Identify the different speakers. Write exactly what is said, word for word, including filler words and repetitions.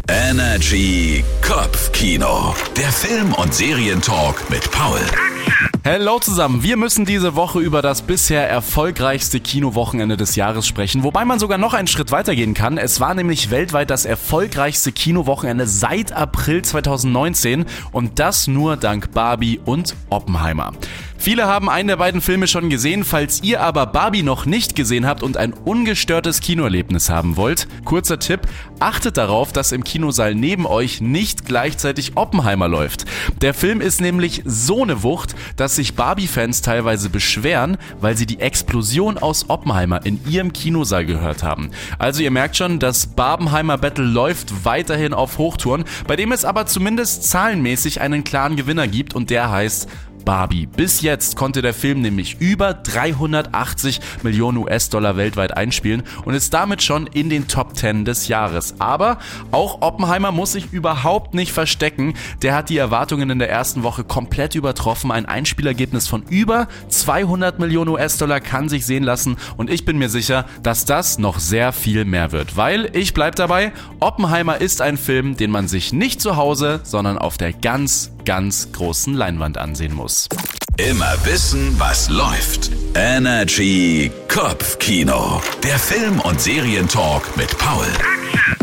Speaker 1: Energy Kopfkino. Der Film- und Serientalk mit Paul.
Speaker 2: Hallo zusammen, wir müssen diese Woche über das bisher erfolgreichste Kinowochenende des Jahres sprechen, wobei man sogar noch einen Schritt weitergehen kann. Es war nämlich weltweit das erfolgreichste Kinowochenende seit April zweitausendneunzehn und das nur dank Barbie und Oppenheimer. Viele haben einen der beiden Filme schon gesehen, falls ihr aber Barbie noch nicht gesehen habt und ein ungestörtes Kinoerlebnis haben wollt. Kurzer Tipp, achtet darauf, dass im Kinosaal neben euch nicht gleichzeitig Oppenheimer läuft. Der Film ist nämlich so eine Wucht, dass sich Barbie-Fans teilweise beschweren, weil sie die Explosion aus Oppenheimer in ihrem Kinosaal gehört haben. Also ihr merkt schon, das Barbenheimer Battle läuft weiterhin auf Hochtouren, bei dem es aber zumindest zahlenmäßig einen klaren Gewinner gibt und der heißt Barbie. Bis jetzt konnte der Film nämlich über dreihundertachtzig Millionen U S-Dollar weltweit einspielen und ist damit schon in den Top zehn des Jahres. Aber auch Oppenheimer muss sich überhaupt nicht verstecken. Der hat die Erwartungen in der ersten Woche komplett übertroffen. Ein Einspielergebnis von über zweihundert Millionen U S-Dollar kann sich sehen lassen und ich bin mir sicher, dass das noch sehr viel mehr wird. Weil, ich bleib dabei, Oppenheimer ist ein Film, den man sich nicht zu Hause, sondern auf der ganz, ganz großen Leinwand ansehen muss.
Speaker 1: Immer wissen, was läuft. Energy Kopfkino. Der Film- und Serientalk mit Paul.